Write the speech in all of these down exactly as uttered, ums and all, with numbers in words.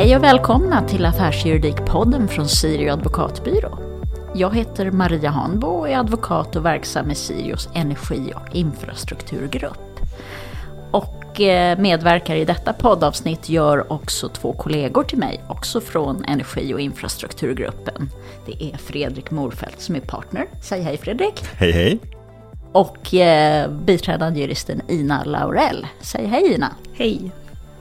Hej och välkomna till Affärsjuridikpodden från Sirio Advokatbyrå. Jag heter Maria Hanbo och är advokat och verksam i Sirios energi- och infrastrukturgrupp. Och medverkar i detta poddavsnitt gör också två kollegor till mig, också från energi- och infrastrukturgruppen. Det är Fredrik Morfeldt som är partner. Säg hej Fredrik. Hej hej. Och eh, biträdande juristen Ina Laurell. Säg hej Ina. Hej.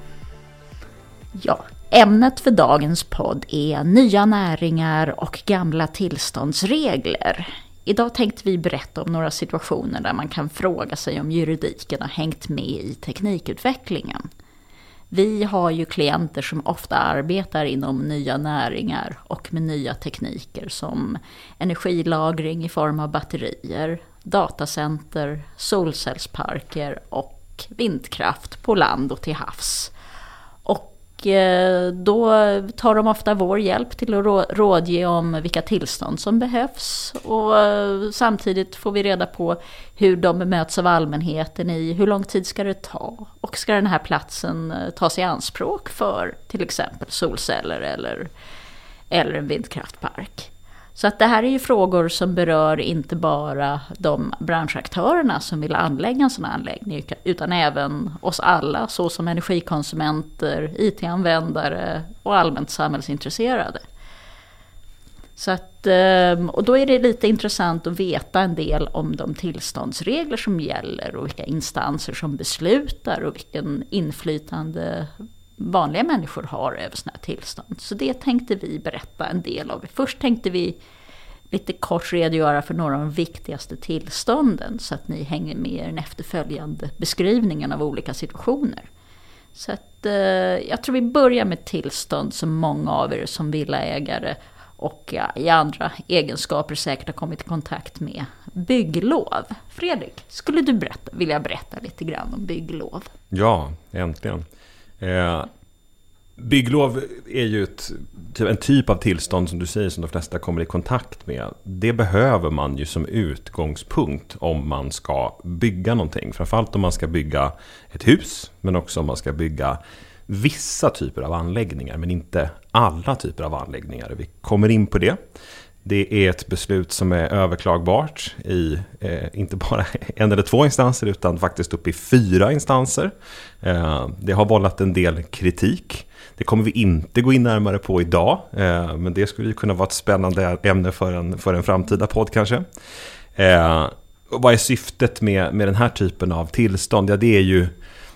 Ja, ämnet för dagens podd är nya näringar och gamla tillståndsregler. Idag tänkte vi berätta om några situationer där man kan fråga sig om juridiken har hängt med i teknikutvecklingen. Vi har ju klienter som ofta arbetar inom nya näringar och med nya tekniker som energilagring i form av batterier, datacenter, solcellsparker och vindkraft på land och till havs. Och då tar de ofta vår hjälp till att rådge om vilka tillstånd som behövs, och samtidigt får vi reda på hur de bemöts av allmänheten i hur lång tid ska det ta, och ska den här platsen tas i anspråk för till exempel solceller eller, eller en vindkraftpark. Så att det här är ju frågor som berör inte bara de branschaktörerna som vill anlägga en sån anläggning, utan även oss alla, såsom energikonsumenter, I T-användare och allmänt samhällsintresserade. Så att, och då är det lite intressant att veta en del om de tillståndsregler som gäller och vilka instanser som beslutar och vilken inflytande vanliga människor har över såna här tillstånd. Så det tänkte vi berätta en del av. Först tänkte vi lite kort redogöra för några av de viktigaste tillstånden, så att ni hänger med i den efterföljande beskrivningen av olika situationer. Så att, eh, jag tror vi börjar med tillstånd som många av er som villaägare och ja, i andra egenskaper säkert har kommit i kontakt med. Bygglov. Fredrik, skulle du berätta, vilja berätta lite grann om bygglov? Ja, äntligen. Eh, bygglov är ju ett, en typ av tillstånd som du säger som de flesta kommer i kontakt med. Det behöver man ju som utgångspunkt om man ska bygga någonting. Framförallt om man ska bygga ett hus, men också om man ska bygga vissa typer av anläggningar, men inte alla typer av anläggningar. Vi kommer in på det. Det är ett beslut som är överklagbart i eh, inte bara en eller två instanser utan faktiskt upp i fyra instanser. Eh, det har vållat en del kritik. Det kommer vi inte gå in närmare på idag, eh, men det skulle ju kunna vara ett spännande ämne för en, för en framtida podd kanske. Eh, och vad är syftet med, med den här typen av tillstånd? Ja, det är ju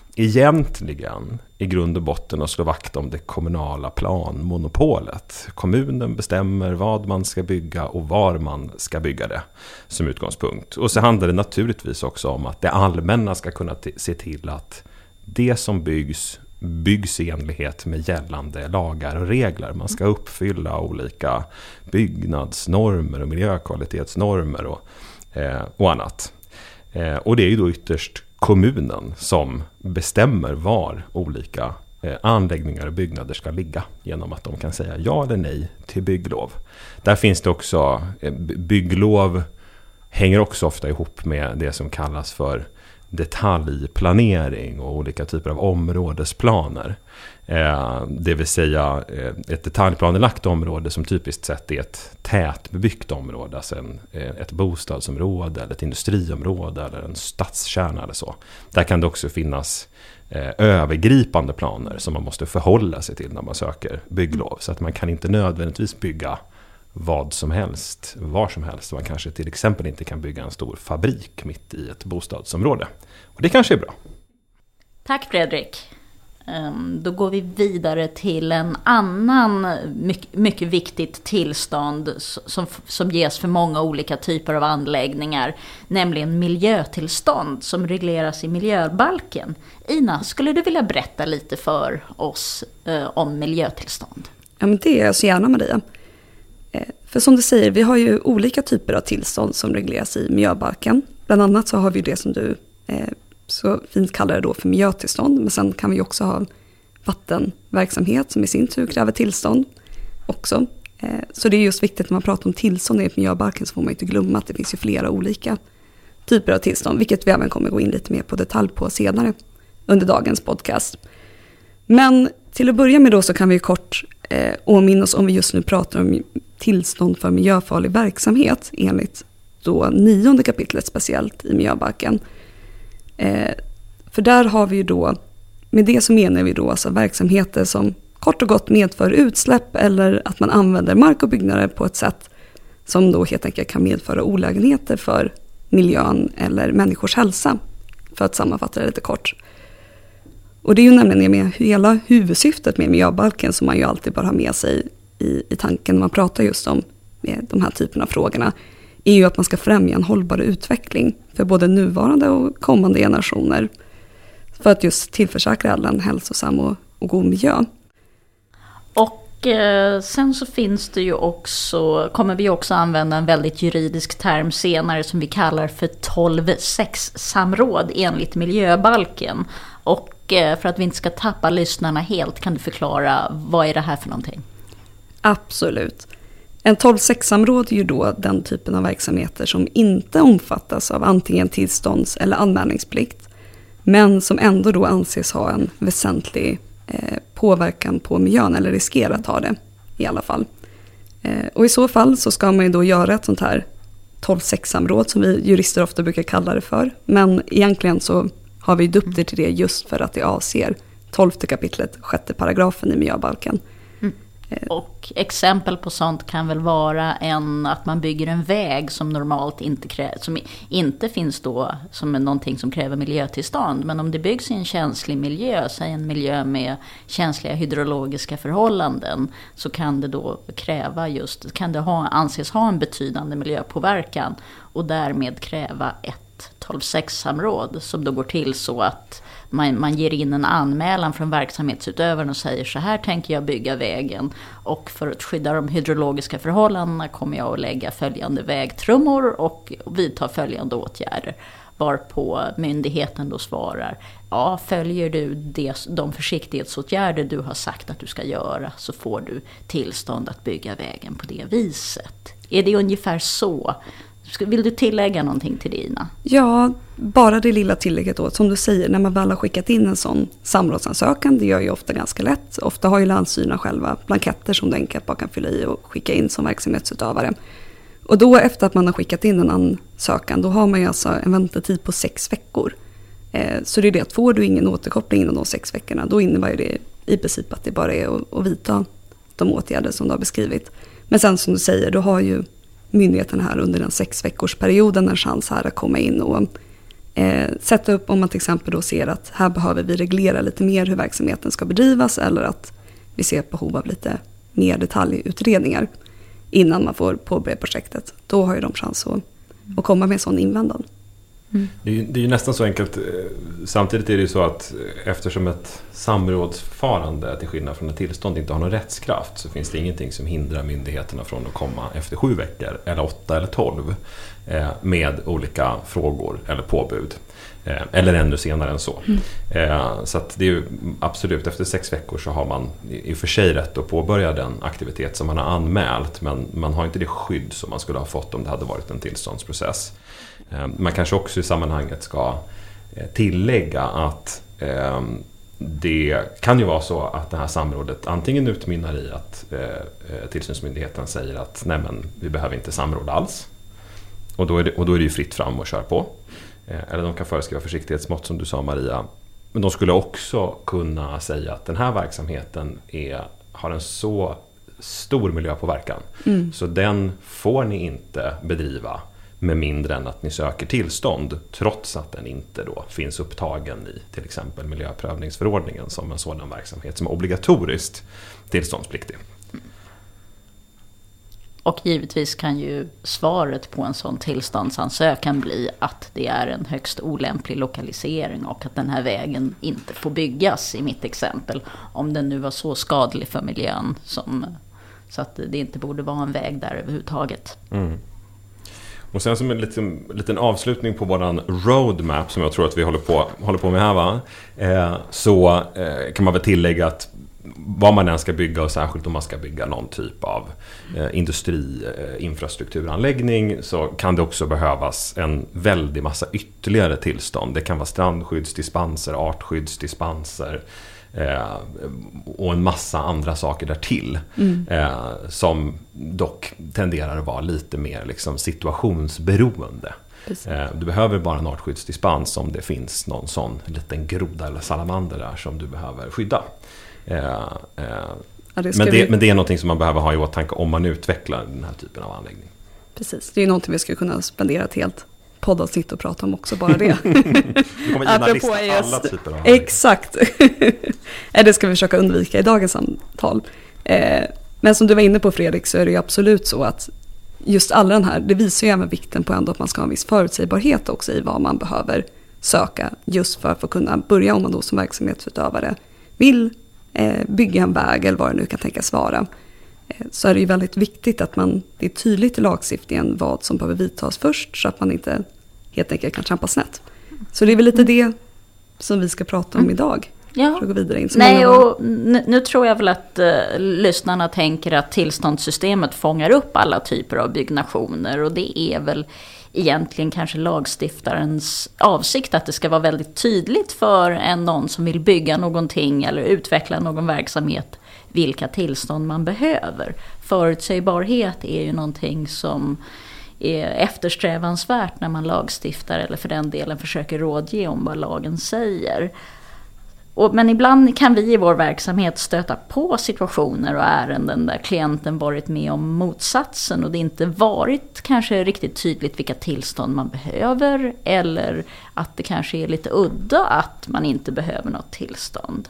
egentligen i grund och botten att slå vakt om det kommunala planmonopolet. Kommunen bestämmer vad man ska bygga och var man ska bygga det som utgångspunkt. Och så handlar det naturligtvis också om att det allmänna ska kunna t- se till att det som byggs byggs i enlighet med gällande lagar och regler. Man ska uppfylla olika byggnadsnormer och miljökvalitetsnormer och, eh, och annat. Eh, och det är ju då ytterst kommunen som bestämmer var olika eh, anläggningar och byggnader ska ligga genom att de kan säga ja eller nej till bygglov. Där finns det också, eh, bygglov hänger också ofta ihop med det som kallas för detaljplanering och olika typer av områdesplaner. Eh, det vill säga eh, ett detaljplanelagt område som typiskt sett är ett tätbebyggt område, alltså en, eh, ett bostadsområde eller ett industriområde eller en stadskärna eller så. Där kan det också finnas eh, övergripande planer som man måste förhålla sig till när man söker bygglov. Så att man kan inte nödvändigtvis bygga vad som helst, var som helst. Man kanske till exempel inte kan bygga en stor fabrik mitt i ett bostadsområde. Och det kanske är bra. Tack Fredrik. Då går vi vidare till en annan mycket, mycket viktigt tillstånd som, som ges för många olika typer av anläggningar, nämligen miljötillstånd som regleras i miljöbalken. Ina, skulle du vilja berätta lite för oss eh, om miljötillstånd? Ja, men det är jag så gärna, Maria. För som du säger, vi har ju olika typer av tillstånd som regleras i miljöbalken. Bland annat så har vi det som du eh, så fint kallar det då för miljötillstånd. Men sen kan vi också ha vattenverksamhet som i sin tur kräver tillstånd också. Eh, så det är just viktigt när man pratar om tillstånd i miljöbalken, så får man inte glömma att det finns ju flera olika typer av tillstånd. Vilket vi även kommer gå in lite mer på detalj på senare under dagens podcast. Men till att börja med då så kan vi kort eh, åminna oss om vi just nu pratar om tillstånd för miljöfarlig verksamhet enligt då nionde kapitlet speciellt i miljöbalken. Eh, för där har vi ju då, med det så menar vi då alltså verksamheter som kort och gott medför utsläpp eller att man använder mark och byggnader på ett sätt som då helt enkelt kan medföra olägenheter för miljön eller människors hälsa, för att sammanfatta det lite kort. Och det är ju nämligen med hela huvudsyftet med miljöbalken som man ju alltid bör ha med sig i, i tanken när man pratar just om de här typerna av frågorna, är ju att man ska främja en hållbar utveckling för både nuvarande och kommande generationer för att just tillförsäkra alla en hälsosam och, och god miljö. Och eh, sen så finns det ju också, kommer vi också använda en väldigt juridisk term senare som vi kallar för tolv sex-samråd enligt miljöbalken. Och eh, för att vi inte ska tappa lyssnarna helt, kan du förklara vad är det här för någonting? Absolut. En tolv sex-samråd är ju då den typen av verksamheter som inte omfattas av antingen tillstånds- eller anmälningsplikt, men som ändå då anses ha en väsentlig eh, påverkan på miljön, eller riskerar att ha det i alla fall. Eh, och i så fall så ska man ju då göra ett sånt här tolv sex-samråd som vi jurister ofta brukar kalla det för, men egentligen så har vi döpt det till det just för att det avser tolfte kapitlet, sjätte paragrafen i miljöbalken. Och exempel på sånt kan väl vara en, att man bygger en väg som normalt inte, krä, som inte finns då som är någonting som kräver miljötillstånd. Men om det byggs i en känslig miljö, säg en miljö med känsliga hydrologiska förhållanden, så kan det då kräva just, kan det ha, anses ha en betydande miljöpåverkan och därmed kräva ett tolv sex-samråd som då går till så att Man, man ger in en anmälan från verksamhetsutövaren och säger så här tänker jag bygga vägen, och för att skydda de hydrologiska förhållandena kommer jag att lägga följande vägtrummor och vidta följande åtgärder. Varpå myndigheten då svarar, ja, följer du det, de försiktighetsåtgärder du har sagt att du ska göra, så får du tillstånd att bygga vägen på det viset. Är det ungefär så? Vill du tillägga någonting till Dina? Ja, bara det lilla tillägget då. Som du säger, när man väl har skickat in en sån samrådsansökan, det gör ju ofta ganska lätt. Ofta har ju länsstyrelserna själva blanketter som du enkelt bara kan fylla i och skicka in som verksamhetsutövare. Och då efter att man har skickat in en ansökan, då har man ju alltså en väntetid på sex veckor. Eh, så det är det att får du ingen återkoppling inom de sex veckorna, då innebär det i princip att det bara är att, att vidta de åtgärder som du har beskrivit. Men sen som du säger, då har ju myndigheten här under den sex veckors perioden en chans här att komma in och eh, sätta upp, om man till exempel då ser att här behöver vi reglera lite mer hur verksamheten ska bedrivas, eller att vi ser behov av lite mer detaljutredningar innan man får påbörja projektet. Då har ju de chans att, att komma med en sån invändning. Mm. Det, är ju, det är ju nästan så enkelt. Samtidigt är det ju så att eftersom ett samrådsförfarande till skillnad från ett tillstånd inte har någon rättskraft, så finns det ingenting som hindrar myndigheterna från att komma efter sju veckor eller åtta eller tolv eh, med olika frågor eller påbud. Eh, eller ännu senare än så. Mm. Eh, så att det är ju absolut, efter sex veckor så har man i och för sig rätt att påbörja den aktivitet som man har anmält, men man har inte det skydd som man skulle ha fått om det hade varit en tillståndsprocess. Man kanske också i sammanhanget ska tillägga att eh, det kan ju vara så att det här samrådet antingen utmynnar i att eh, tillsynsmyndigheten säger att nej, men vi behöver inte samråd alls. Och då är det, och då är det ju fritt fram och kör på. Eh, eller de kan föreskriva försiktighetsmått som du sa, Maria. Men de skulle också kunna säga att den här verksamheten är, har en så stor miljöpåverkan. Mm. Så den får ni inte bedriva med mindre än att ni söker tillstånd, trots att den inte då finns upptagen i till exempel miljöprövningsförordningen som en sådan verksamhet som är obligatoriskt tillståndspliktig. Och givetvis kan ju svaret på en sån tillståndsansökan bli att det är en högst olämplig lokalisering och att den här vägen inte får byggas i mitt exempel, om den nu var så skadlig för miljön som, så att det inte borde vara en väg där överhuvudtaget. Mm. Och sen som en liten, liten avslutning på våran roadmap som jag tror att vi håller på, håller på med här, va? Eh, så eh, kan man väl tillägga att vad man än ska bygga, och särskilt om man ska bygga någon typ av eh, industri, eh, infrastrukturanläggning, så kan det också behövas en väldig massa ytterligare tillstånd. Det kan vara strandskyddsdispenser, artskyddsdispenser, Eh, och en massa andra saker därtill. Mm. Eh, som dock tenderar att vara lite mer liksom, situationsberoende. Eh, du behöver bara en artskyddsdispens om det finns någon sån liten groda eller salamander där som du behöver skydda. Eh, eh, ja, det men, det, vi... men det är någonting som man behöver ha i åtanke om man utvecklar den här typen av anläggning. Precis, det är någonting vi skulle kunna spendera ett helt poddavsnitt och prata om också, bara det. Du kommer Ina lista alla typer av anläggningar. Exakt. Det ska vi försöka undvika i dagens samtal. Men som du var inne på, Fredrik, så är det ju absolut så att just alla den här, det visar ju även vikten på ändå att man ska ha en viss förutsägbarhet också i vad man behöver söka, just för att få kunna börja, om man då som verksamhetsutövare vill bygga en väg eller vad det nu kan tänkas vara. Så är det ju väldigt viktigt att man, det är tydligt i lagstiftningen vad som behöver vidtas först, så att man inte helt enkelt kan trampa snett. Så det är väl lite det som vi ska prata om idag. Ja. För att gå vidare in. Nej, och nu, nu tror jag väl att uh, lyssnarna tänker att tillståndssystemet fångar upp alla typer av byggnationer, och det är väl egentligen kanske lagstiftarens avsikt att det ska vara väldigt tydligt för en någon som vill bygga någonting eller utveckla någon verksamhet vilka tillstånd man behöver. Förutsägbarhet är ju någonting som är eftersträvansvärt när man lagstiftar, eller för den delen försöker rådge om vad lagen säger. Och, men ibland kan vi i vår verksamhet stöta på situationer och ärenden där klienten varit med om motsatsen och det inte varit kanske riktigt tydligt vilka tillstånd man behöver, eller att det kanske är lite udda att man inte behöver något tillstånd.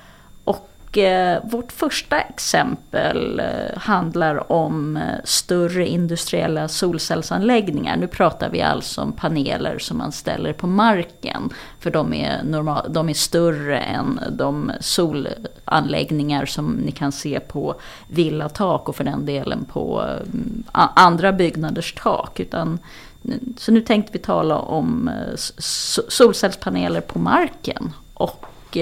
Och vårt första exempel handlar om större industriella solcellsanläggningar. Nu pratar vi alltså om paneler som man ställer på marken, för de är, normal, de är större än de solanläggningar som ni kan se på villatak och för den delen på andra byggnaders tak. Utan, så nu tänkte vi tala om solcellspaneler på marken, och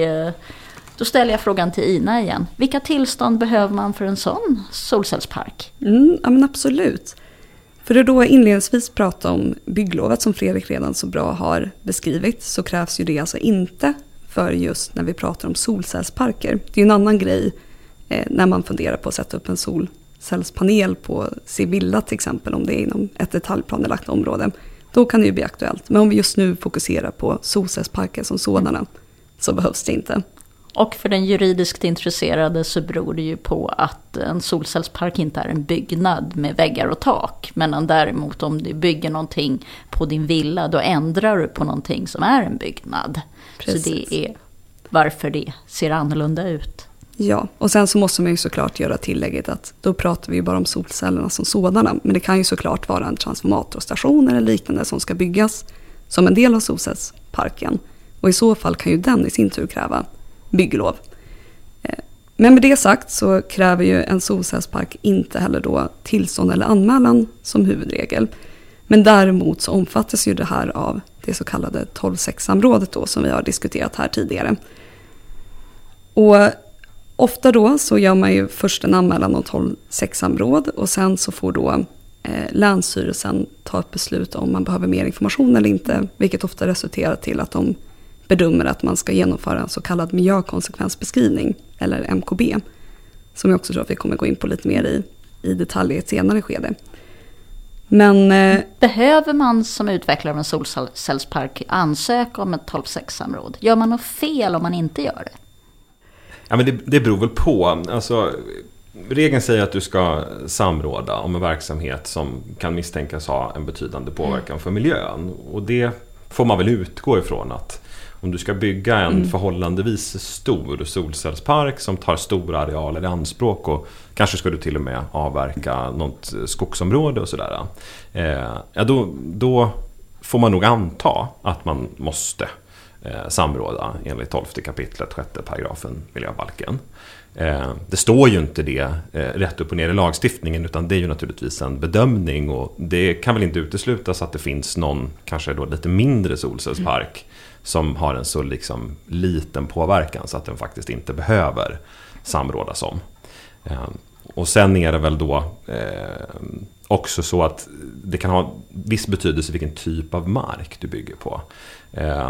då ställer jag frågan till Ina igen. Vilka tillstånd behöver man för en sån solcellspark? Mm, ja, men absolut. För att då inledningsvis prata om bygglovet som Fredrik redan så bra har beskrivit, så krävs ju det alltså inte för just när vi pratar om solcellsparker. Det är ju en annan grej eh, när man funderar på att sätta upp en solcellspanel på sin villa till exempel, om det är inom ett detaljplanelagt område. Då kan det ju bli aktuellt. Men om vi just nu fokuserar på solcellsparker som sådana, mm. så behövs det inte. Och för den juridiskt intresserade så beror det ju på att en solcellspark inte är en byggnad med väggar och tak. Men däremot om du bygger någonting på din villa, då ändrar du på någonting som är en byggnad. Precis. Så det är varför det ser annorlunda ut. Ja, och sen så måste man ju såklart göra tillägget att då pratar vi ju bara om solcellerna som sådana. Men det kan ju såklart vara en transformatorstation eller liknande som ska byggas som en del av solcellsparken. Och i så fall kan ju den i sin tur kräva bygglov. Men med det sagt så kräver ju en solcellspark inte heller då tillstånd eller anmälan som huvudregel. Men däremot så omfattas ju det här av det så kallade tolv sex-samrådet då, som vi har diskuterat här tidigare. Och ofta då så gör man ju först en anmälan om tolv sex-samråd, och sen så får då eh, Länsstyrelsen ta ett beslut om man behöver mer information eller inte, vilket ofta resulterar till att de bedömer att man ska genomföra en så kallad miljökonsekvensbeskrivning, eller M K B, som jag också tror att vi kommer gå in på lite mer i, i detalj i ett senare skede. Men, eh, behöver man som utvecklare av en solcellspark ansöka om ett tolv sex-samråd? Gör man något fel om man inte gör det? Ja, men det, det beror väl på. Alltså, regeln säger att du ska samråda om en verksamhet som kan misstänkas ha en betydande påverkan för miljön. Och det får man väl utgå ifrån, att om du ska bygga en mm. förhållandevis stor solcellspark som tar stora arealer i anspråk, och kanske ska du till och med avverka något skogsområde och sådär. Eh, ja, då, då får man nog anta att man måste eh, samråda enligt tolfte kapitlet, sjätte paragrafen miljöbalken. Eh, det står ju inte det eh, rätt upp och ner i lagstiftningen, utan det är ju naturligtvis en bedömning, och det kan väl inte uteslutas att det finns någon kanske då lite mindre solcellspark mm. som har en så liksom liten påverkan så att den faktiskt inte behöver samrådas om. Eh, och sen är det väl då eh, också så att det kan ha viss betydelse vilken typ av mark du bygger på. Eh,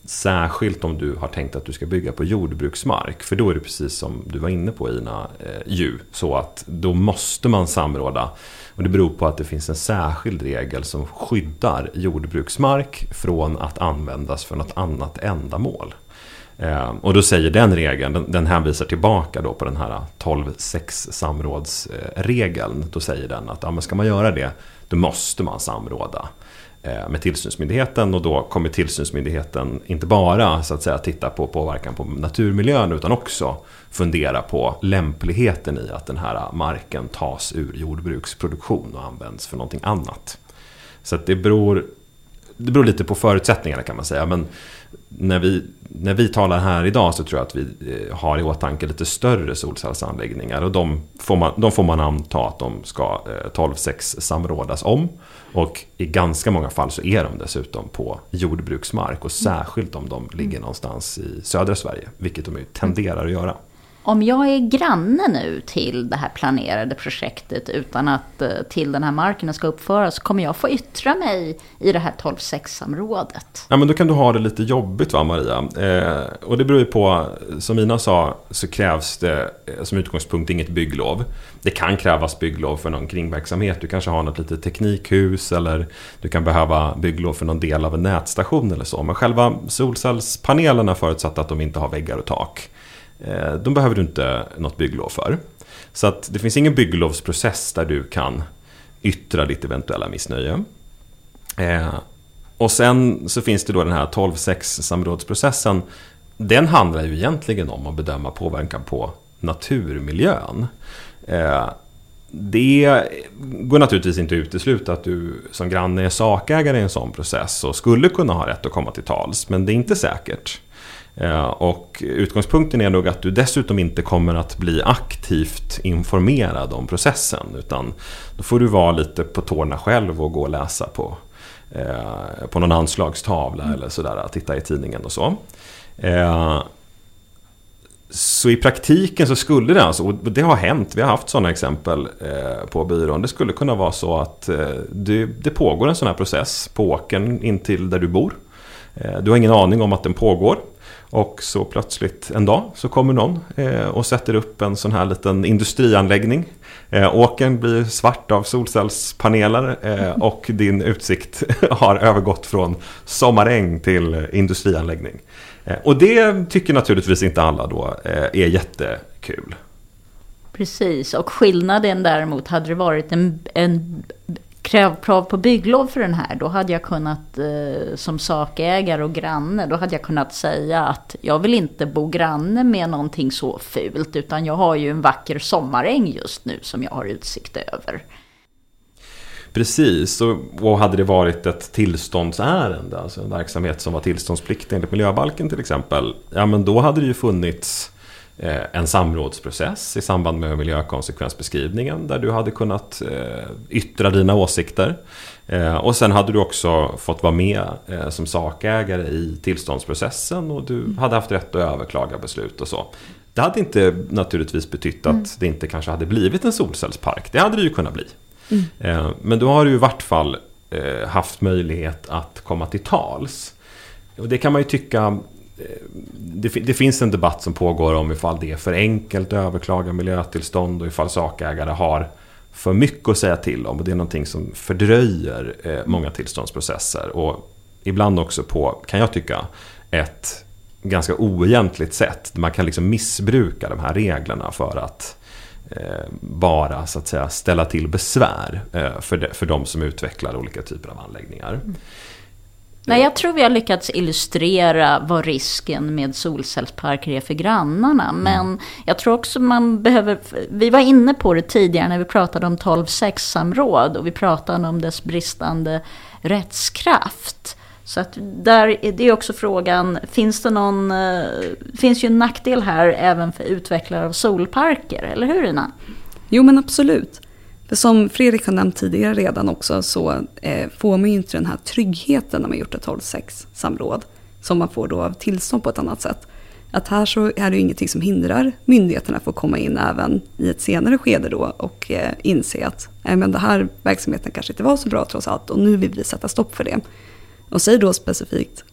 Särskilt om du har tänkt att du ska bygga på jordbruksmark. För då är det precis som du var inne på, Ina, eh, ju. Så att då måste man samråda. Och det beror på att det finns en särskild regel som skyddar jordbruksmark från att användas för något annat ändamål. Eh, och då säger den regeln, den, den hänvisar tillbaka då på den här tolv sex samrådsregeln. Då säger den att ja, men ska man göra det, då måste man samråda med tillsynsmyndigheten, och då kommer tillsynsmyndigheten inte bara så att säga titta på påverkan på naturmiljön, utan också fundera på lämpligheten i att den här marken tas ur jordbruksproduktion och används för någonting annat. Så att det beror, det beror lite på förutsättningarna, kan man säga, men när vi, när vi talar här idag så tror jag att vi har i åtanke lite större solcellsanläggningar, och de får man, de får man anta att de ska tolv sex samrådas om. Och i ganska många fall så är de dessutom på jordbruksmark, och särskilt om de ligger någonstans i södra Sverige, vilket de ju tenderar att göra. Om jag är granne nu till det här planerade projektet utan att till den här marken ska uppföras, kommer jag få yttra mig i det här tolv sex-samrådet? Ja, men då kan du ha det lite jobbigt, va, Maria? Eh, och det beror ju på, som Ina sa, så krävs det som utgångspunkt inget bygglov. Det kan krävas bygglov för någon kringverksamhet. Du kanske har något litet teknikhus, eller du kan behöva bygglov för någon del av en nätstation eller så. Men själva solcellspanelerna, förutsatt att de inte har väggar och tak, de behöver du inte något bygglov för. Så att det finns ingen bygglovsprocess där du kan yttra ditt eventuella missnöje. Eh, och sen så finns det då den här tolv sex-samrådsprocessen. Den handlar ju egentligen om att bedöma påverkan på naturmiljön. Eh, det går naturligtvis inte att utesluta att du som granne är sakägare i en sån process och skulle kunna ha rätt att komma till tals, men det är inte säkert. Och utgångspunkten är nog att du dessutom inte kommer att bli aktivt informerad om processen, utan då får du vara lite på tårna själv och gå och läsa på, eh, på någon anslagstavla mm. eller sådär, titta i tidningen och så. Eh, så i praktiken så skulle det alltså, och det har hänt, vi har haft sådana exempel eh, på byrån, det skulle kunna vara så att eh, det, det pågår en sån här process på åkern in till där du bor. Eh, du har ingen aning om att den pågår. Och så plötsligt en dag så kommer någon eh, och sätter upp en sån här liten industrianläggning. Eh, åkern blir svart av solcellspaneler eh, och din utsikt har övergått från sommaräng till industrianläggning. Eh, och det tycker naturligtvis inte alla då eh, är jättekul. Precis, och skillnaden däremot, hade det varit en... en kräv krav på bygglov för den här, då hade jag kunnat eh, som sakägare och granne, då hade jag kunnat säga att jag vill inte bo granne med någonting så fult, utan jag har ju en vacker sommaräng just nu som jag har utsikt över. Precis, och, och hade det varit ett tillståndsärende, alltså en verksamhet som var tillståndspliktig enligt miljöbalken till exempel, ja men då hade det ju funnits en samrådsprocess i samband med miljökonsekvensbeskrivningen där du hade kunnat eh, yttra dina åsikter. Eh, och sen hade du också fått vara med eh, som sakägare i tillståndsprocessen, och du hade haft rätt att överklaga beslut och så. Det hade inte naturligtvis betytt att mm. det inte kanske hade blivit en solcellspark. Det hade det ju kunnat bli. Mm. Eh, men då har du i vart fall eh, haft möjlighet att komma till tals. Och det kan man ju tycka... Det, det finns en debatt som pågår om ifall det är för enkelt att överklaga miljötillstånd och ifall sakägare har för mycket att säga till om, och det är någonting som fördröjer eh, många tillståndsprocesser, och ibland också på, kan jag tycka, ett ganska oegentligt sätt. Man kan liksom missbruka de här reglerna för att eh, bara så att säga ställa till besvär eh, för, de, för de som utvecklar olika typer av anläggningar. Mm. Nej, jag tror vi har lyckats illustrera vad risken med solcellsparker är för grannarna. Mm. Men jag tror också man behöver... Vi var inne på det tidigare när vi pratade om tolv sex-samråd och vi pratade om dess bristande rättskraft. Så att där är det också frågan, finns det någon... finns ju en nackdel här även för utvecklare av solparker, eller hur, Ina? Jo, men absolut. För som Fredrik har nämnt tidigare redan också, så eh, får man ju inte den här tryggheten när man gjort ett tolv sex-samråd som man får då av tillstånd på ett annat sätt. Att här så är det ju ingenting som hindrar myndigheterna för att komma in även i ett senare skede då och eh, inse att eh, men det här verksamheten kanske inte var så bra trots allt och nu vill vi sätta stopp för det. Och säg då specifikt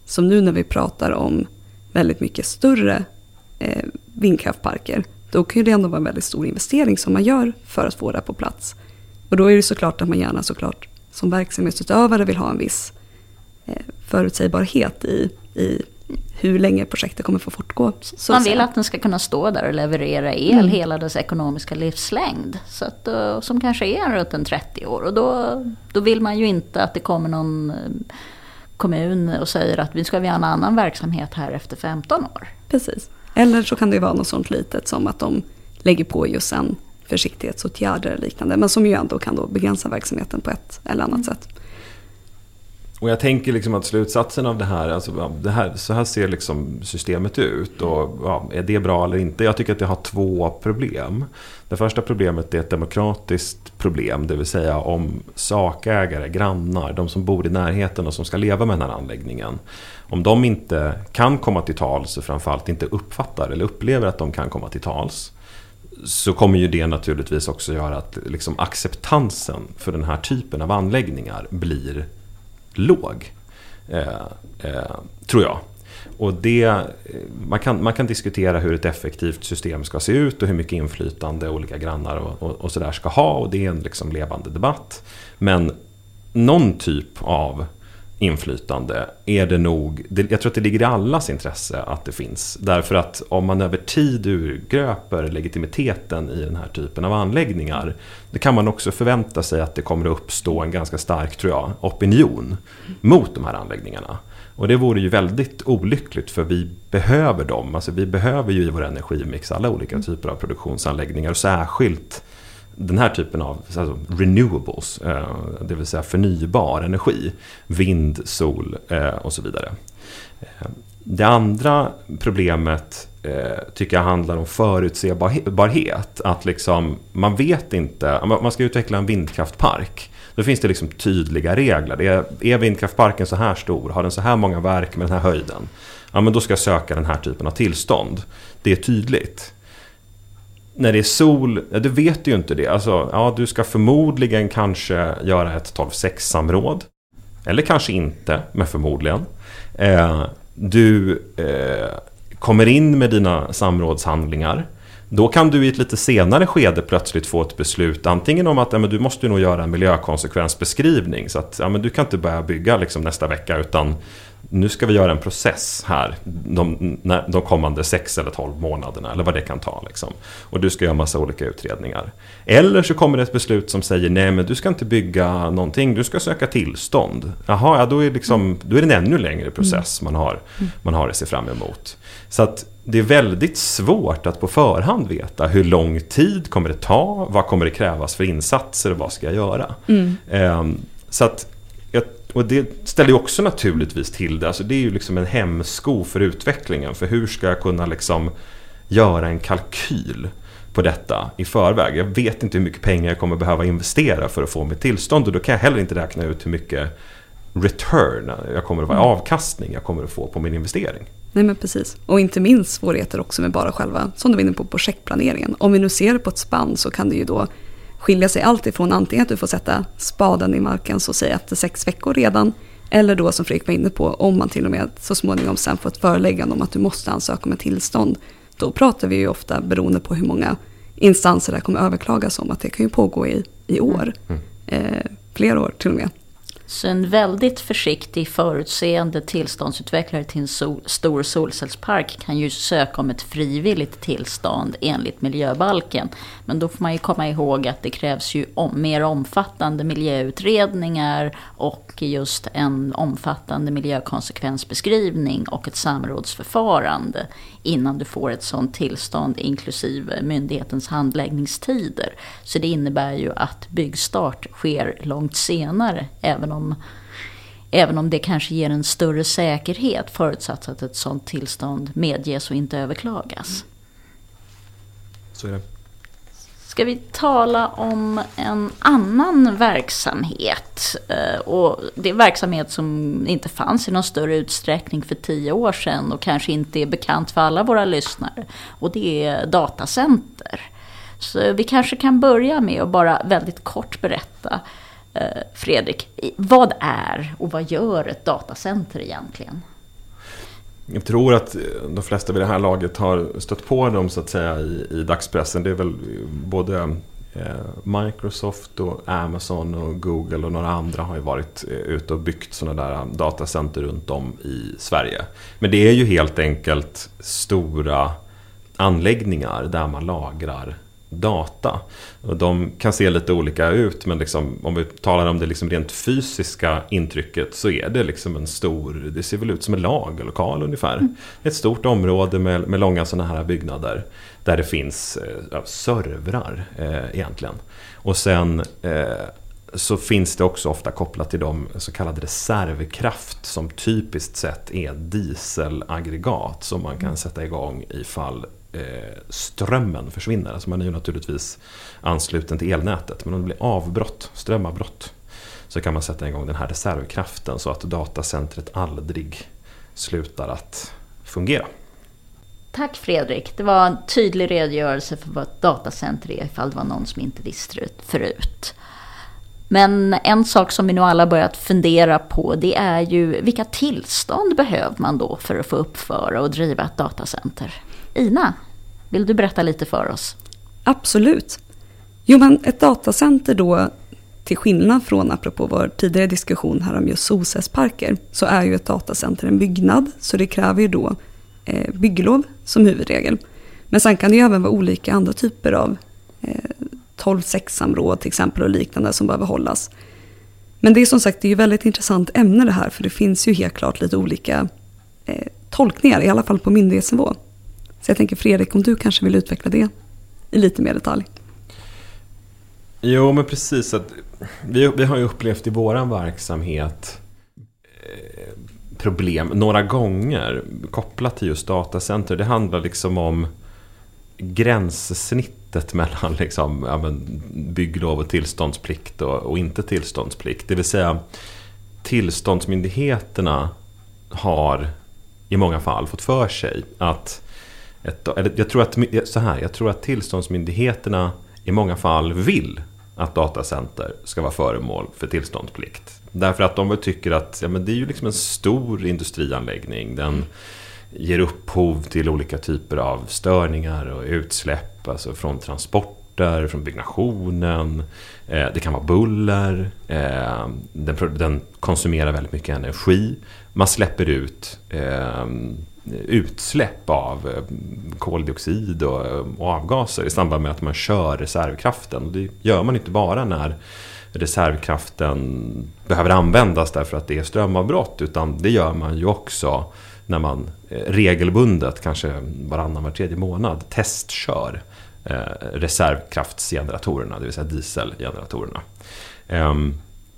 Som nu när vi pratar om väldigt mycket större eh, vindkraftparker, då kan det ändå vara en väldigt stor investering som man gör för att få det på plats. Och då är det såklart att man gärna såklart som verksamhetsutövare vill ha en viss eh, förutsägbarhet i, i hur länge projektet kommer få fortgå. Så man vill att den ska kunna stå där och leverera el mm. hela dess ekonomiska livslängd. Så att, uh, som kanske är runt en trettio år. Och då, då vill man ju inte att det kommer någon kommun och säger att vi ska vi ha en annan verksamhet här efter femton år. Precis. Eller så kan det vara något sånt litet som att de lägger på just en försiktighetsåtgärder eller liknande. Men som ju ändå kan då begränsa verksamheten på ett eller annat mm. sätt. Och jag tänker liksom att slutsatsen av det här, alltså det här, så här ser liksom systemet ut och ja, är det bra eller inte? Jag tycker att det har två problem. Det första problemet är ett demokratiskt problem, det vill säga om sakägare, grannar, de som bor i närheten och som ska leva med den här anläggningen. Om de inte kan komma till tals och framförallt inte uppfattar eller upplever att de kan komma till tals, så kommer ju det naturligtvis också göra att liksom acceptansen för den här typen av anläggningar blir låg, eh, eh, tror jag. Och det, man, kan, man kan diskutera hur ett effektivt system ska se ut och hur mycket inflytande olika grannar och, och, och sådär ska ha, och det är en liksom levande debatt. Men någon typ av inflytande är det nog, det, jag tror att det ligger i allas intresse att det finns. Därför att om man över tid urgröper legitimiteten i den här typen av anläggningar, då kan man också förvänta sig att det kommer att uppstå en ganska stark, tror jag, opinion mot de här anläggningarna. Och det vore ju väldigt olyckligt, för vi behöver dem. Alltså vi behöver ju i vår energimix alla olika typer av produktionsanläggningar, och särskilt den här typen av alltså renewables, det vill säga förnybar energi, vind, sol och så vidare. Det andra problemet tycker jag handlar om förutsebarhet. Att liksom, man vet inte, man ska utveckla en vindkraftpark. Då finns det liksom tydliga regler. Det är, är vindkraftparken så här stor, har den så här många verk med den här höjden, ja, men då ska jag söka den här typen av tillstånd. Det är tydligt. När det är sol, ja, du vet ju inte det. Alltså, ja, du ska förmodligen kanske göra ett tolv sex-samråd. Eller kanske inte, men förmodligen. Eh, du eh, kommer in med dina samrådshandlingar. Då kan du i ett lite senare skede plötsligt få ett beslut. Antingen om att ja, men du måste nog göra en miljökonsekvensbeskrivning. Så att ja, men du kan inte börja bygga liksom nästa vecka, utan nu ska vi göra en process här de, de kommande sex eller tolv månaderna, eller vad det kan ta liksom. Och du ska göra massa olika utredningar. Eller så kommer det ett beslut som säger nej, men du ska inte bygga någonting, du ska söka tillstånd. Jaha, ja, då är, liksom, då är det en ännu längre process man har, man har att se fram emot. Så att det är väldigt svårt att på förhand veta hur lång tid kommer det ta, vad kommer det krävas för insatser och vad ska jag göra. Mm. Um, så att och det ställer ju också naturligtvis till det. Alltså det är ju liksom en hämsko för utvecklingen. För hur ska jag kunna liksom göra en kalkyl på detta i förväg? Jag vet inte hur mycket pengar jag kommer behöva investera för att få mitt tillstånd. Och då kan jag heller inte räkna ut hur mycket return jag kommer att vara, avkastning jag kommer att få på min investering. Nej, men precis. Och inte minst svårigheter också med bara själva, som du var inne på, projektplaneringen. Om vi nu ser på ett spann, så kan det ju då skilja sig allt ifrån antingen att du får sätta spaden i marken så säg efter sex veckor redan, eller då som Fredrik var inne på, om man till och med så småningom sen får ett föreläggande om att du måste ansöka om ett tillstånd. Då pratar vi ju ofta, beroende på hur många instanser det kommer överklagas om, att det kan ju pågå i, i år. Mm. Eh, flera år till och med. Så en väldigt försiktig, förutseende tillståndsutvecklare till en sol, stor solcellspark kan ju söka om ett frivilligt tillstånd enligt miljöbalken. Men då får man ju komma ihåg att det krävs ju om, mer omfattande miljöutredningar och just en omfattande miljökonsekvensbeskrivning och ett samrådsförfarande innan du får ett sådant tillstånd, inklusive myndighetens handläggningstider. Så det innebär ju att byggstart sker långt senare, även om Även om det kanske ger en större säkerhet, förutsatt att ett sådant tillstånd medges och inte överklagas. Så är det. Ska vi tala om en annan verksamhet? Och det är verksamhet som inte fanns i någon större utsträckning för tio år sedan och kanske inte är bekant för alla våra lyssnare. Och det är datacenter. Så vi kanske kan börja med att bara väldigt kort berätta, Fredrik, vad är och vad gör ett datacenter egentligen? Jag tror att de flesta vid det här laget har stött på dem så att säga i, i dagspressen. Det är väl både Microsoft och Amazon och Google och några andra har ju varit ute och byggt sådana där datacenter runt om i Sverige. Men det är ju helt enkelt stora anläggningar där man lagrar data. Och de kan se lite olika ut, men liksom, om vi talar om det liksom rent fysiska intrycket så är det liksom en stor, det ser väl ut som en lagerlokal ungefär. Mm. Ett stort område med, med långa sådana här byggnader där det finns eh, servrar eh, egentligen. Och sen eh, så finns det också ofta kopplat till de så kallade reservkraft som typiskt sett är dieselaggregat som man kan sätta igång ifall strömmen försvinner. Alltså man är ju naturligtvis ansluten till elnätet, men om det blir avbrott, strömavbrott, så kan man sätta igång den här reservkraften så att datacentret aldrig slutar att fungera. Tack Fredrik, det var en tydlig redogörelse för vad ett datacenter är ifall det var någon som inte visste det förut. Men en sak som vi nog alla börjat fundera på, det är ju vilka tillstånd behöver man då för att få uppföra och driva ett datacenter? Ina, vill du berätta lite för oss? Absolut. Jo, men ett datacenter då, till skillnad från apropå vår tidigare diskussion här om just solcellsparker, så är ju ett datacenter en byggnad, så det kräver ju då eh, bygglov som huvudregel. Men sen kan det ju även vara olika andra typer av eh, tolv sex-samråd till exempel och liknande som behöver hållas. Men det är som sagt, det är ju ett väldigt intressant ämne det här, för det finns ju helt klart lite olika eh, tolkningar, i alla fall på myndighetsnivå. Så jag tänker Fredrik, om du kanske vill utveckla det i lite mer detalj. Jo, men precis. Att vi, vi har ju upplevt i våran verksamhet eh, problem några gånger kopplat till just datacenter. Det handlar liksom om gränssnittet mellan liksom, ja, men, bygglov och tillståndsplikt och, och inte tillståndsplikt. Det vill säga tillståndsmyndigheterna har i många fall fått för sig att Ett, eller jag, tror att, så här, jag tror att tillståndsmyndigheterna i många fall vill att datacenter ska vara föremål för tillståndsplikt. Därför att de tycker att ja, men det är ju liksom en stor industrianläggning. Den ger upphov till olika typer av störningar och utsläpp, alltså från transporter, från byggnationen. Eh, det kan vara buller. Eh, den, den konsumerar väldigt mycket energi. Man släpper ut Eh, utsläpp av koldioxid och, och avgaser i samband med att man kör reservkraften. Och det gör man inte bara när reservkraften behöver användas därför att det är strömavbrott, utan det gör man ju också när man regelbundet, kanske varannan var tredje månad, testkör eh, reservkraftsgeneratorerna, det vill säga dieselgeneratorerna. Um,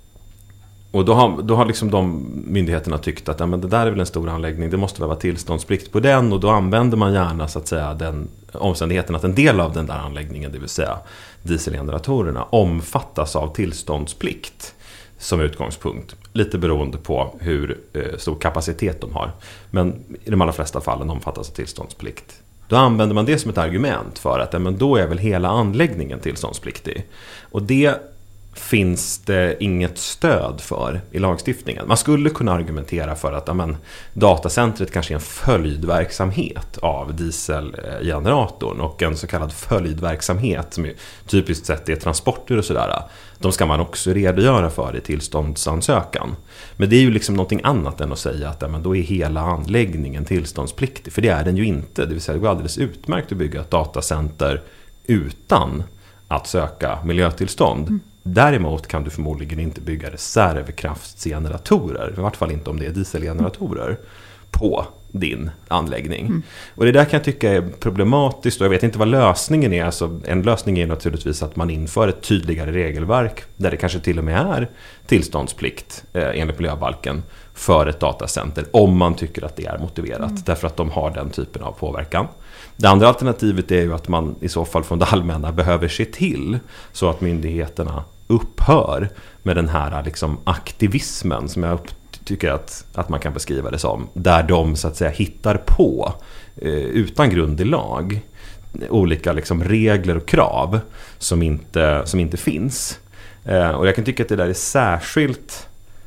Och då har, då har liksom de myndigheterna tyckt att ja, men det där är väl en stor anläggning, det måste väl vara tillståndsplikt på den, och då använder man gärna så att säga den omständigheten att en del av den där anläggningen, det vill säga dieselgeneratorerna, omfattas av tillståndsplikt som utgångspunkt. Lite beroende på hur eh, stor kapacitet de har. Men i de allra flesta fallen omfattas av tillståndsplikt. Då använder man det som ett argument för att ja, men då är väl hela anläggningen tillståndspliktig. Och det finns det inget stöd för i lagstiftningen. Man skulle kunna argumentera för att ja, men, datacentret kanske är en följdverksamhet av dieselgeneratorn, och en så kallad följdverksamhet som är, typiskt sett är transporter och sådär. De ska man också redogöra för i tillståndsansökan. Men det är ju liksom någonting annat än att säga att ja, men då är hela anläggningen tillståndspliktig, för det är den ju inte. Det vill säga det går alldeles utmärkt att bygga ett datacenter utan att söka miljötillstånd. Mm. Däremot kan du förmodligen inte bygga reservkraftsgeneratorer, i vart fall inte om det är dieselgeneratorer, på din anläggning. Mm. Och det där kan jag tycka är problematiskt, och jag vet inte vad lösningen är. Alltså, en lösning är naturligtvis att man inför ett tydligare regelverk där det kanske till och med är tillståndsplikt eh, enligt miljöbalken för ett datacenter, om man tycker att det är motiverat, mm. därför att de har den typen av påverkan. Det andra alternativet är ju att man i så fall från det allmänna behöver se till så att myndigheterna upphör med den här liksom aktivismen som jag tycker att, att man kan beskriva det som, där de så att säga hittar på eh, utan grund i lag olika liksom regler och krav som inte, som inte finns. Eh, och jag kan tycka att det där är särskilt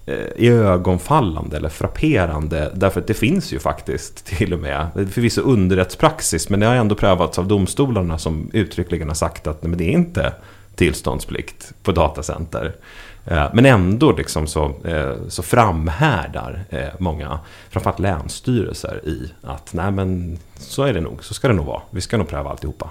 i ögonfallande eller frapperande, därför att det finns ju faktiskt till och med förvisso underrättspraxis, men det har ändå prövats av domstolarna som uttryckligen har sagt att nej, men det är inte tillståndsplikt på datacenter. Men ändå liksom så, så framhärdar många, framförallt länsstyrelser, i att nej men så är det nog, så ska det nog vara. Vi ska nog pröva alltihopa.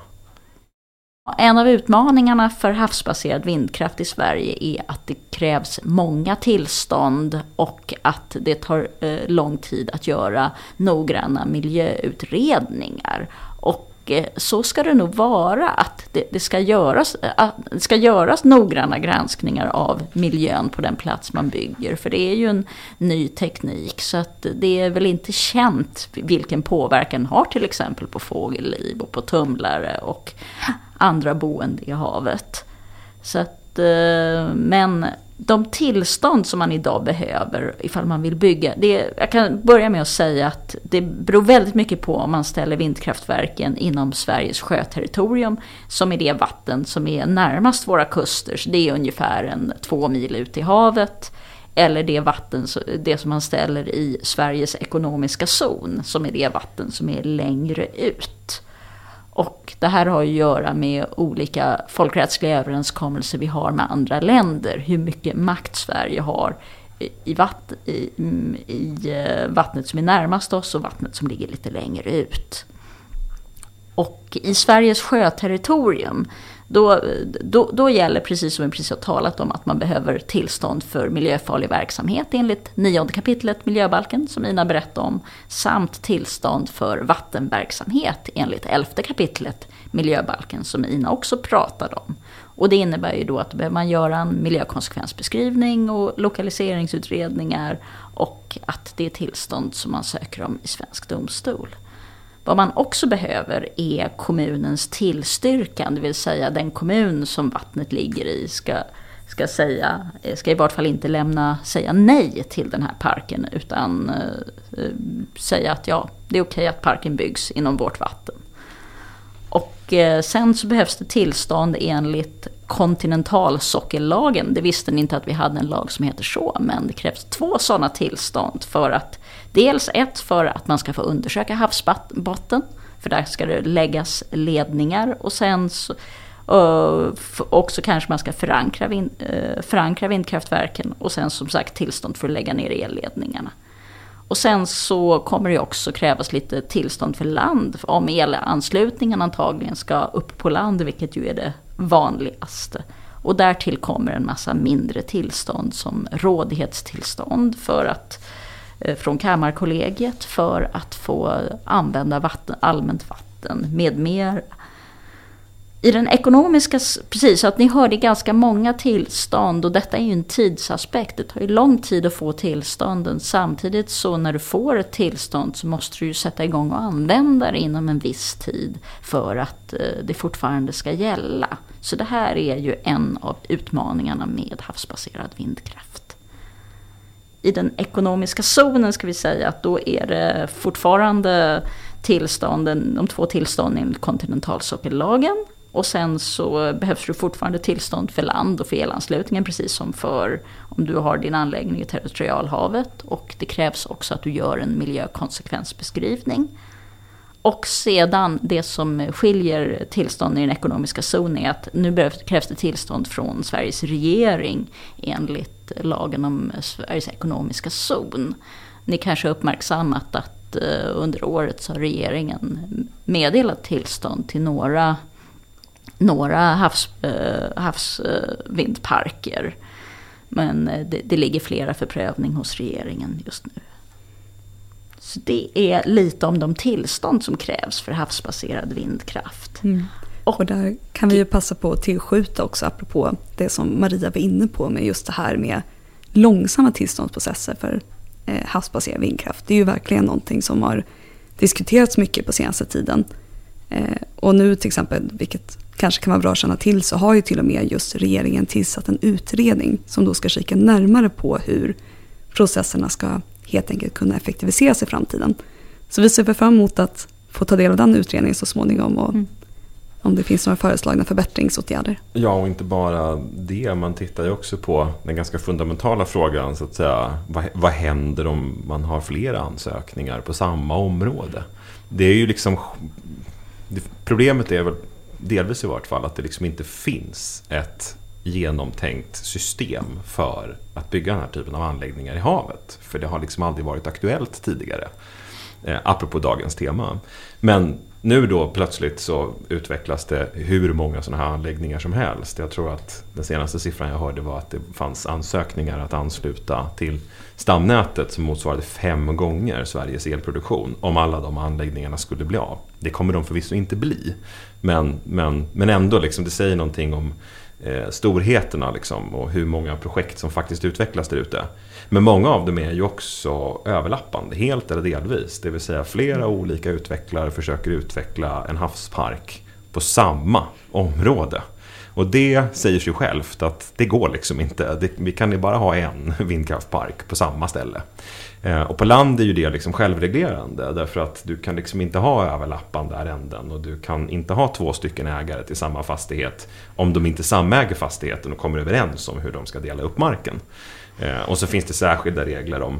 En av utmaningarna för havsbaserad vindkraft i Sverige är att det krävs många tillstånd och att det tar eh, lång tid att göra noggranna miljöutredningar. Och eh, så ska det nog vara, att det, det, ska göras, att det ska göras noggranna granskningar av miljön på den plats man bygger. För det är ju en ny teknik, så att det är väl inte känt vilken påverkan har till exempel på fågelliv och på tumlare och andra boende i havet. Så att, men de tillstånd som man idag behöver ifall man vill bygga, det, jag kan börja med att säga att det beror väldigt mycket på om man ställer vindkraftverken inom Sveriges sjöterritorium, som är det vatten som är närmast våra kuster, så det är ungefär en två mil ut i havet, eller det vatten, det som man ställer i Sveriges ekonomiska zon, som är det vatten som är längre ut. Och det här har ju att göra med olika folkrättsliga överenskommelser vi har med andra länder. Hur mycket makt Sverige har i, vatt, i, i vattnet som är närmast oss och vattnet som ligger lite längre ut. Och i Sveriges sjöterritorium, då, då, då gäller precis som vi precis har talat om att man behöver tillstånd för miljöfarlig verksamhet enligt nionde kapitlet miljöbalken som Ina berättade om, samt tillstånd för vattenverksamhet enligt elfte kapitlet miljöbalken som Ina också pratade om. Och det innebär ju då att då behöver man göra en miljökonsekvensbeskrivning och lokaliseringsutredningar, och att det är tillstånd som man söker om i svensk domstol. Vad man också behöver är kommunens tillstyrkan, det vill säga den kommun som vattnet ligger i ska, ska, säga, ska i vart fall inte lämna, säga nej till den här parken, utan eh, säga att ja, det är okej att parken byggs inom vårt vatten. Och eh, sen så behövs det tillstånd enligt kontinentalsockellagen. Det visste ni inte att vi hade en lag som heter så, men det krävs två sådana tillstånd för att, dels ett för att man ska få undersöka havsbotten, för där ska det läggas ledningar, och sen så, uh, också kanske man ska förankra, vind, uh, förankra vindkraftverken, och sen som sagt tillstånd för att lägga ner elledningarna. Och sen så kommer det också krävas lite tillstånd för land, om elanslutningen antagligen ska upp på land, vilket ju är det vanligaste. Och därtill kommer en massa mindre tillstånd som rådighetstillstånd för att, från Kammarkollegiet för att få använda vatten, allmänt vatten med mer. I den ekonomiska, precis så att ni hörde ganska många tillstånd, och detta är ju en tidsaspekt. Det tar ju lång tid att få tillstånden. Samtidigt så när du får ett tillstånd så måste du ju sätta igång och använda det inom en viss tid för att det fortfarande ska gälla. Så det här är ju en av utmaningarna med havsbaserad vindkraft. I den ekonomiska zonen ska vi säga att då är det fortfarande tillstånden, de två tillstånden enligt kontinentalsockellagen. Och sen så behövs det fortfarande tillstånd för land och för elanslutningen, precis som för om du har din anläggning i territorialhavet. Och det krävs också att du gör en miljökonsekvensbeskrivning. Och sedan det som skiljer tillstånd i den ekonomiska zonen är att nu behövs, krävs det tillstånd från Sveriges regering enligt lagen om Sveriges ekonomiska zon. Ni kanske har uppmärksammat att under året så har regeringen meddelat tillstånd till några några havs, äh, havsvindparker. Men det, det ligger flera för prövning hos regeringen just nu. Så det är lite om de tillstånd som krävs för havsbaserad vindkraft. Mm. Och, och där kan vi ju passa på att tillskjuta också, apropå det som Maria var inne på med just det här med långsamma tillståndsprocesser för eh, havsbaserad vindkraft. Det är ju verkligen någonting som har diskuterats mycket på senaste tiden. Eh, och nu till exempel, vilket kanske kan vara bra att känna till, så har ju till och med just regeringen tillsatt en utredning som då ska kika närmare på hur processerna ska helt enkelt kunna effektiviseras i framtiden. Så vi ser fram emot att få ta del av den utredningen så småningom och, mm. om det finns några föreslagna förbättringsåtgärder. Ja, och inte bara det. Man tittar ju också på den ganska fundamentala frågan, så att säga, vad, vad händer om man har flera ansökningar på samma område? Det är ju liksom, det, problemet är väl delvis i vart fall att det liksom inte finns ett genomtänkt system för att bygga den här typen av anläggningar i havet. För det har liksom aldrig varit aktuellt tidigare, eh, apropå dagens tema. Men nu då plötsligt så utvecklas det hur många sådana här anläggningar som helst. Jag tror att den senaste siffran jag hörde var att det fanns ansökningar att ansluta till stamnätet som motsvarade fem gånger Sveriges elproduktion om alla de anläggningarna skulle bli av. Det kommer de förvisso inte bli. Men, men, men ändå, liksom, det säger någonting om eh, storheterna liksom, och hur många projekt som faktiskt utvecklas där ute. Men många av dem är ju också överlappande, helt eller delvis. Det vill säga flera olika utvecklare försöker utveckla en havspark på samma område. Och det säger sig självt att det går liksom inte. Det, vi kan ju bara ha en vindkraftpark på samma ställe. Eh, och på land är ju det liksom självreglerande. Därför att du kan liksom inte ha överlappande ärenden. Och du kan inte ha två stycken ägare till samma fastighet om de inte samäger fastigheten och kommer överens om hur de ska dela upp marken. Eh, och så finns det särskilda regler om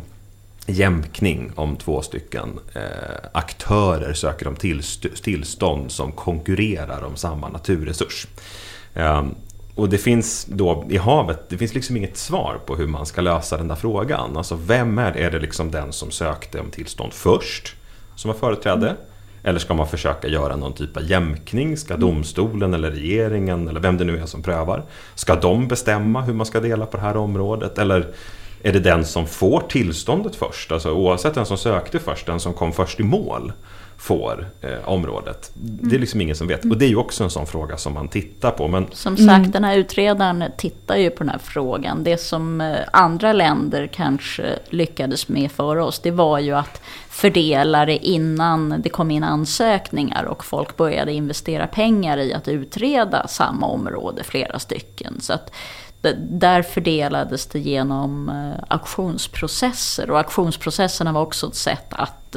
jämkning om två stycken eh, aktörer söker om tillst- tillstånd som konkurrerar om samma naturresurs. Eh, och det finns då i havet, det finns liksom inget svar på hur man ska lösa den där frågan. Alltså vem är det, är det liksom den som sökte om tillstånd först som har företräde? Eller ska man försöka göra någon typ av jämkning? Ska domstolen eller regeringen eller vem det nu är som prövar? Ska de bestämma hur man ska dela på det här området? Eller är det den som får tillståndet först? Alltså oavsett den som sökte först, den som kom först i mål får eh, området. Det är liksom ingen som vet. Och det är ju också en sån fråga som man tittar på. Men som sagt, den här utredaren tittar ju på den här frågan. Det som andra länder kanske lyckades med för oss, det var ju att fördela det innan det kom in ansökningar och folk började investera pengar i att utreda samma område, flera stycken. Så att där fördelades det genom auktionsprocesser, och auktionsprocesserna var också ett sätt att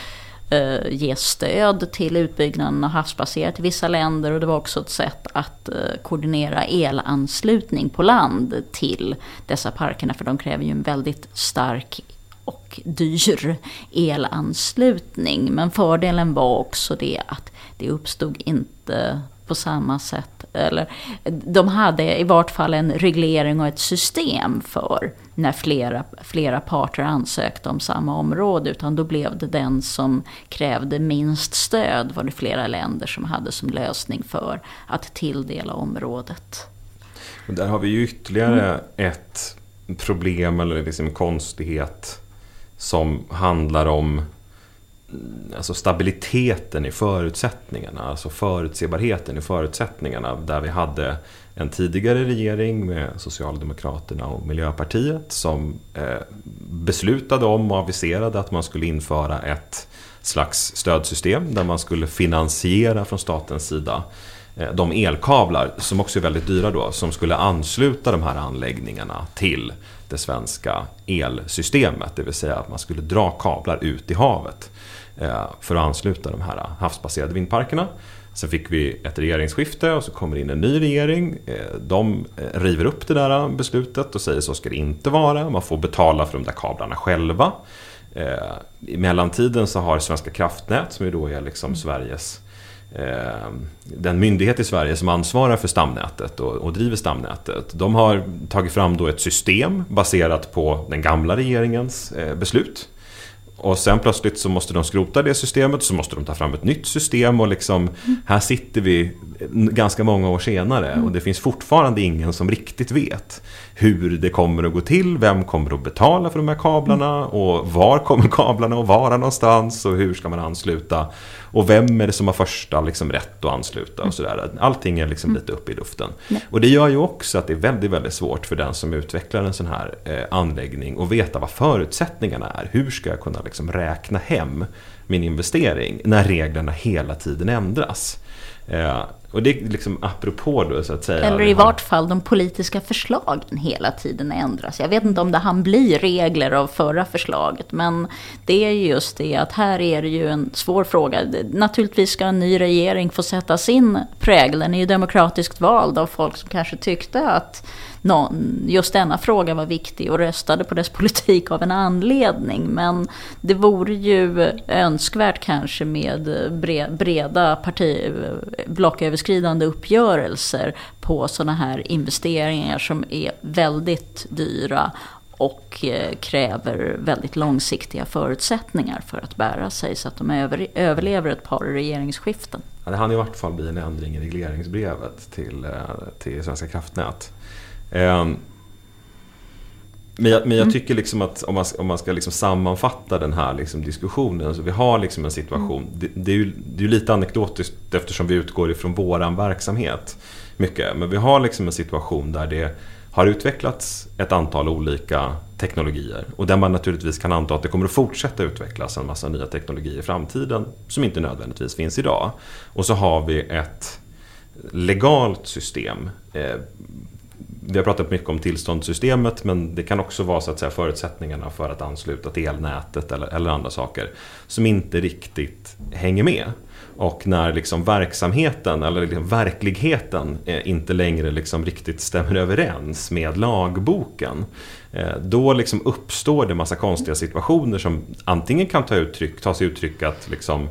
Uh, ge stöd till utbyggnaden av havsbaserat i vissa länder, och det var också ett sätt att uh, koordinera elanslutning på land till dessa parkerna, för de kräver ju en väldigt stark och dyr elanslutning. Men fördelen var också det att det uppstod inte på samma sätt, eller de hade i vart fall en reglering och ett system för när flera, flera parter ansökte om samma område, utan då blev det den som krävde minst stöd, var det flera länder som hade som lösning för att tilldela området. Och där har vi ju ytterligare mm. ett problem eller liksom konstighet som handlar om alltså stabiliteten i förutsättningarna, alltså förutsebarheten i förutsättningarna, där vi hade en tidigare regering med Socialdemokraterna och Miljöpartiet som eh, beslutade om och aviserade att man skulle införa ett slags stödsystem där man skulle finansiera från statens sida eh, de elkablar som också är väldigt dyra då, som skulle ansluta de här anläggningarna till det svenska elsystemet, det vill säga att man skulle dra kablar ut i havet för att ansluta de här havsbaserade vindparkerna. Sen fick vi ett regeringsskifte och så kommer in en ny regering. De river upp det där beslutet och säger så ska det inte vara. Man får betala för de där kablarna själva. I mellantiden så har Svenska kraftnät, som ju då är liksom Sveriges den myndighet i Sverige som ansvarar för stamnätet och, och driver stamnätet, de har tagit fram då ett system baserat på den gamla regeringens beslut. Och sen plötsligt så måste de skrota det systemet, så måste de ta fram ett nytt system, och liksom här sitter vi ganska många år senare och det finns fortfarande ingen som riktigt vet hur det kommer att gå till, vem kommer att betala för de här kablarna och var kommer kablarna att vara någonstans och hur ska man ansluta och vem är det som har första liksom rätt att ansluta och sådär. Allting är liksom lite uppe i luften. Och det gör ju också att det är väldigt, väldigt svårt för den som utvecklar en sån här eh, anläggning att veta vad förutsättningarna är. Hur ska jag kunna liksom räkna hem min investering när reglerna hela tiden ändras? Eh, och det är liksom apropå då så att säga. Eller i vart fall de politiska förslagen hela tiden ändras. Jag vet inte om det han blir regler av förra förslaget, men det är just det att här är det ju en svår fråga. Naturligtvis ska en ny regering få sätta sin prägel. Den är ju demokratiskt vald av folk som kanske tyckte att någon, just denna fråga var viktig och röstade på dess politik av en anledning. Men det vore ju önskvärt kanske med breda parti, blocköverskridande uppgörelser på sådana här investeringar som är väldigt dyra och kräver väldigt långsiktiga förutsättningar för att bära sig så att de över, överlever ett par regeringsskiften. Ja, det hann i vart fall bli en ändring i regleringsbrevet till, till Svenska kraftnät. Um, men, jag, men jag tycker liksom att om man, om man ska liksom sammanfatta den här liksom diskussionen, så vi har liksom en situation, det, det är ju det är ju lite anekdotiskt eftersom vi utgår ifrån våran verksamhet mycket, men vi har liksom en situation där det har utvecklats ett antal olika teknologier och där man naturligtvis kan anta att det kommer att fortsätta utvecklas en massa nya teknologier i framtiden som inte nödvändigtvis finns idag. Och så har vi ett legalt system. Eh, vi har pratat mycket om tillståndssystemet, men det kan också vara så att säga förutsättningarna för att ansluta till elnätet eller, eller andra saker som inte riktigt hänger med. Och när liksom verksamheten eller liksom verkligheten eh, inte längre liksom riktigt stämmer överens med lagboken, eh, då liksom uppstår det massa konstiga situationer som antingen kan ta, uttryck, ta sig uttryck att liksom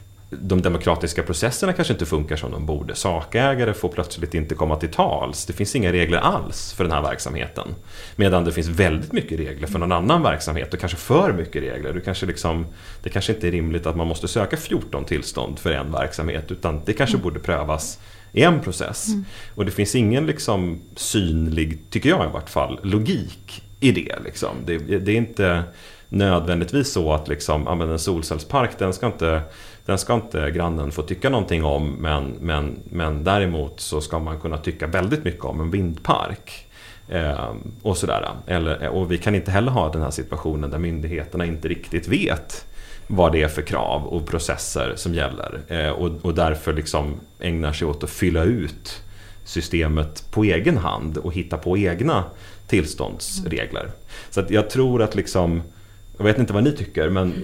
de demokratiska processerna kanske inte funkar som de borde. Sakägare får plötsligt inte komma till tals. Det finns inga regler alls för den här verksamheten. Medan det finns väldigt mycket regler för någon annan verksamhet och kanske för mycket regler. Du kanske liksom, det kanske inte är rimligt att man måste söka fjorton tillstånd för en verksamhet, utan det kanske mm. borde prövas i en process. Mm. Och det finns ingen liksom synlig, tycker jag i vart fall, logik i det. Liksom. Det, det är inte nödvändigtvis så att liksom, ja, men en solcellspark, den ska inte Den ska inte grannen få tycka någonting om, men, men, men däremot så ska man kunna tycka väldigt mycket om en vindpark. Eh, och, sådär. Eller, och vi kan inte heller ha den här situationen där myndigheterna inte riktigt vet vad det är för krav och processer som gäller. Eh, och, och därför liksom ägnar sig åt att fylla ut systemet på egen hand och hitta på egna tillståndsregler. Mm. Så att jag tror att liksom, jag vet inte vad ni tycker, men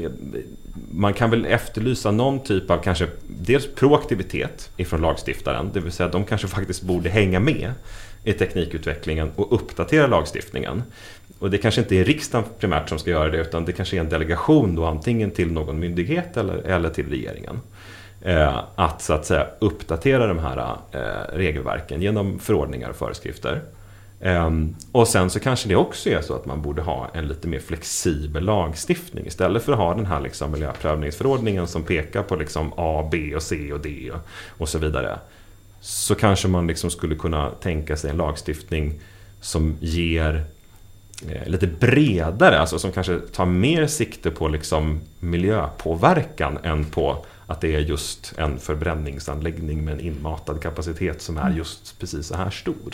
man kan väl efterlysa någon typ av kanske dels proaktivitet ifrån lagstiftaren, det vill säga att de kanske faktiskt borde hänga med i teknikutvecklingen och uppdatera lagstiftningen. Och det kanske inte är riksdagen primärt som ska göra det, utan det kanske är en delegation då, antingen till någon myndighet eller, eller till regeringen. Eh, att så att säga uppdatera de här eh, regelverken genom förordningar och föreskrifter. Um, och sen så kanske det också är så att man borde ha en lite mer flexibel lagstiftning istället för att ha den här liksom miljöprövningsförordningen som pekar på liksom A, B och C och D och, och så vidare. Så kanske man liksom skulle kunna tänka sig en lagstiftning som ger eh, lite bredare, alltså som kanske tar mer sikte på liksom miljöpåverkan än på att det är just en förbränningsanläggning med en inmatad kapacitet som är just precis så här stor.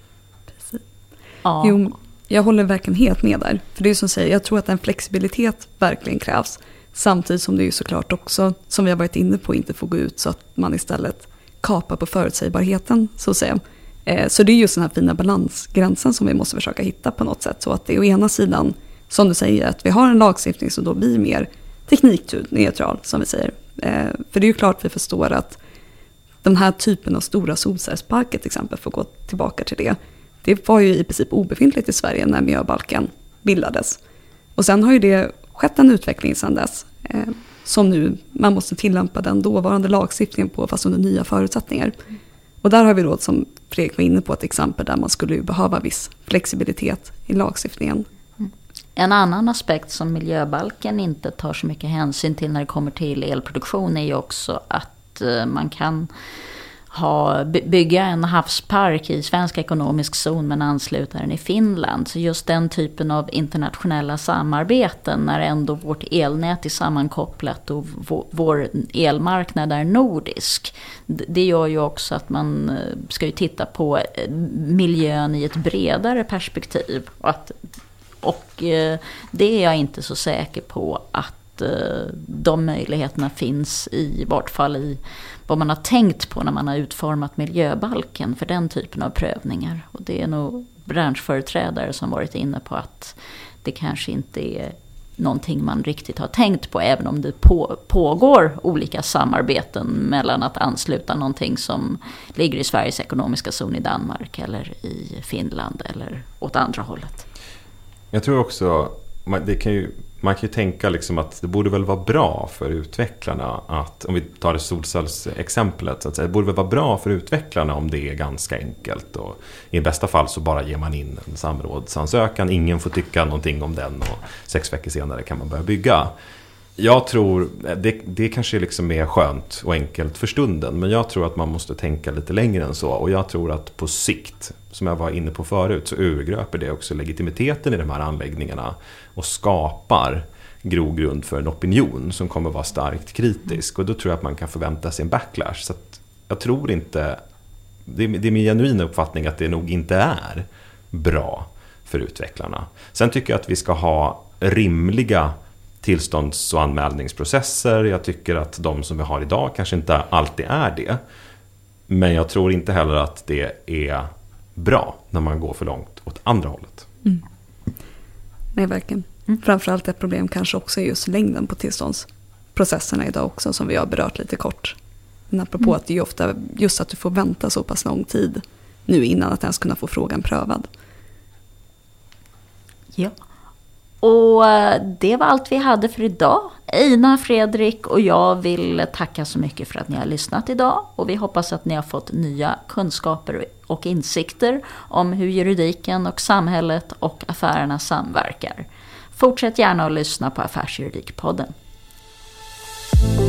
Ja. Jo, jag håller verkligen helt med där. För det är som jag säger, jag tror att en flexibilitet verkligen krävs. Samtidigt som det ju såklart också, som vi har varit inne på, inte får gå ut så att man istället kapar på förutsägbarheten, så att säga. Eh, så det är just den här fina balansgränsen som vi måste försöka hitta på något sätt. Så att det är å ena sidan, som du säger, att vi har en lagstiftning som då blir mer teknikneutral, som vi säger. Eh, för det är ju klart vi förstår att den här typen av stora solcellsparker till exempel, får gå tillbaka till det. Det var ju i princip obefintligt i Sverige när miljöbalken bildades. Och sen har ju det skett en utveckling sedan dess. Eh, som nu, man måste tillämpa den dåvarande lagstiftningen på, fast under nya förutsättningar. Och där har vi då, som Fredrik var inne på, ett exempel där man skulle ju behöva viss flexibilitet i lagstiftningen. En annan aspekt som miljöbalken inte tar så mycket hänsyn till när det kommer till elproduktion är ju också att man kan ha, bygga en havspark i svensk ekonomisk zon men ansluta den i Finland. Så just den typen av internationella samarbeten när ändå vårt elnät är sammankopplat och vår elmarknad är nordisk. Det gör ju också att man ska ju titta på miljön i ett bredare perspektiv. Och, att, och det är jag inte så säker på att att eh, de möjligheterna finns i vart fall i vad man har tänkt på när man har utformat miljöbalken för den typen av prövningar. Och det är nog branschföreträdare som varit inne på att det kanske inte är någonting man riktigt har tänkt på, även om det på, pågår olika samarbeten mellan att ansluta någonting som ligger i Sveriges ekonomiska zon i Danmark eller i Finland eller åt andra hållet. Jag tror också, man, det kan ju, man kan ju tänka liksom att det borde väl vara bra för utvecklarna att, om vi tar det solcellsexemplet, så att säga, det borde väl vara bra för utvecklarna om det är ganska enkelt, och i bästa fall så bara ger man in en samrådsansökan, ingen får tycka någonting om den och sex veckor senare kan man börja bygga. Jag tror, det, det kanske liksom är skönt och enkelt för stunden, men jag tror att man måste tänka lite längre än så, och jag tror att på sikt, som jag var inne på förut, så urgröper det också legitimiteten i de här anläggningarna och skapar grogrund för en opinion som kommer vara starkt kritisk, och då tror jag att man kan förvänta sig en backlash. Så att jag tror inte, det är, det är min genuina uppfattning att det nog inte är bra för utvecklarna. Sen tycker jag att vi ska ha rimliga tillstånds- och anmälningsprocesser. Jag tycker att de som vi har idag kanske inte alltid är det. Men jag tror inte heller att det är bra när man går för långt åt andra hållet. Mm. Nej, verkligen. Mm. Framförallt ett problem kanske också är just längden på tillståndsprocesserna idag också, som vi har berört lite kort. Men apropå mm. att det är ofta just att du får vänta så pass lång tid nu innan att ens kunna få frågan prövad. Ja. Och det var allt vi hade för idag. Ina, Fredrik och jag vill tacka så mycket för att ni har lyssnat idag. Och vi hoppas att ni har fått nya kunskaper och insikter om hur juridiken och samhället och affärerna samverkar. Fortsätt gärna att lyssna på Affärsjuridikpodden.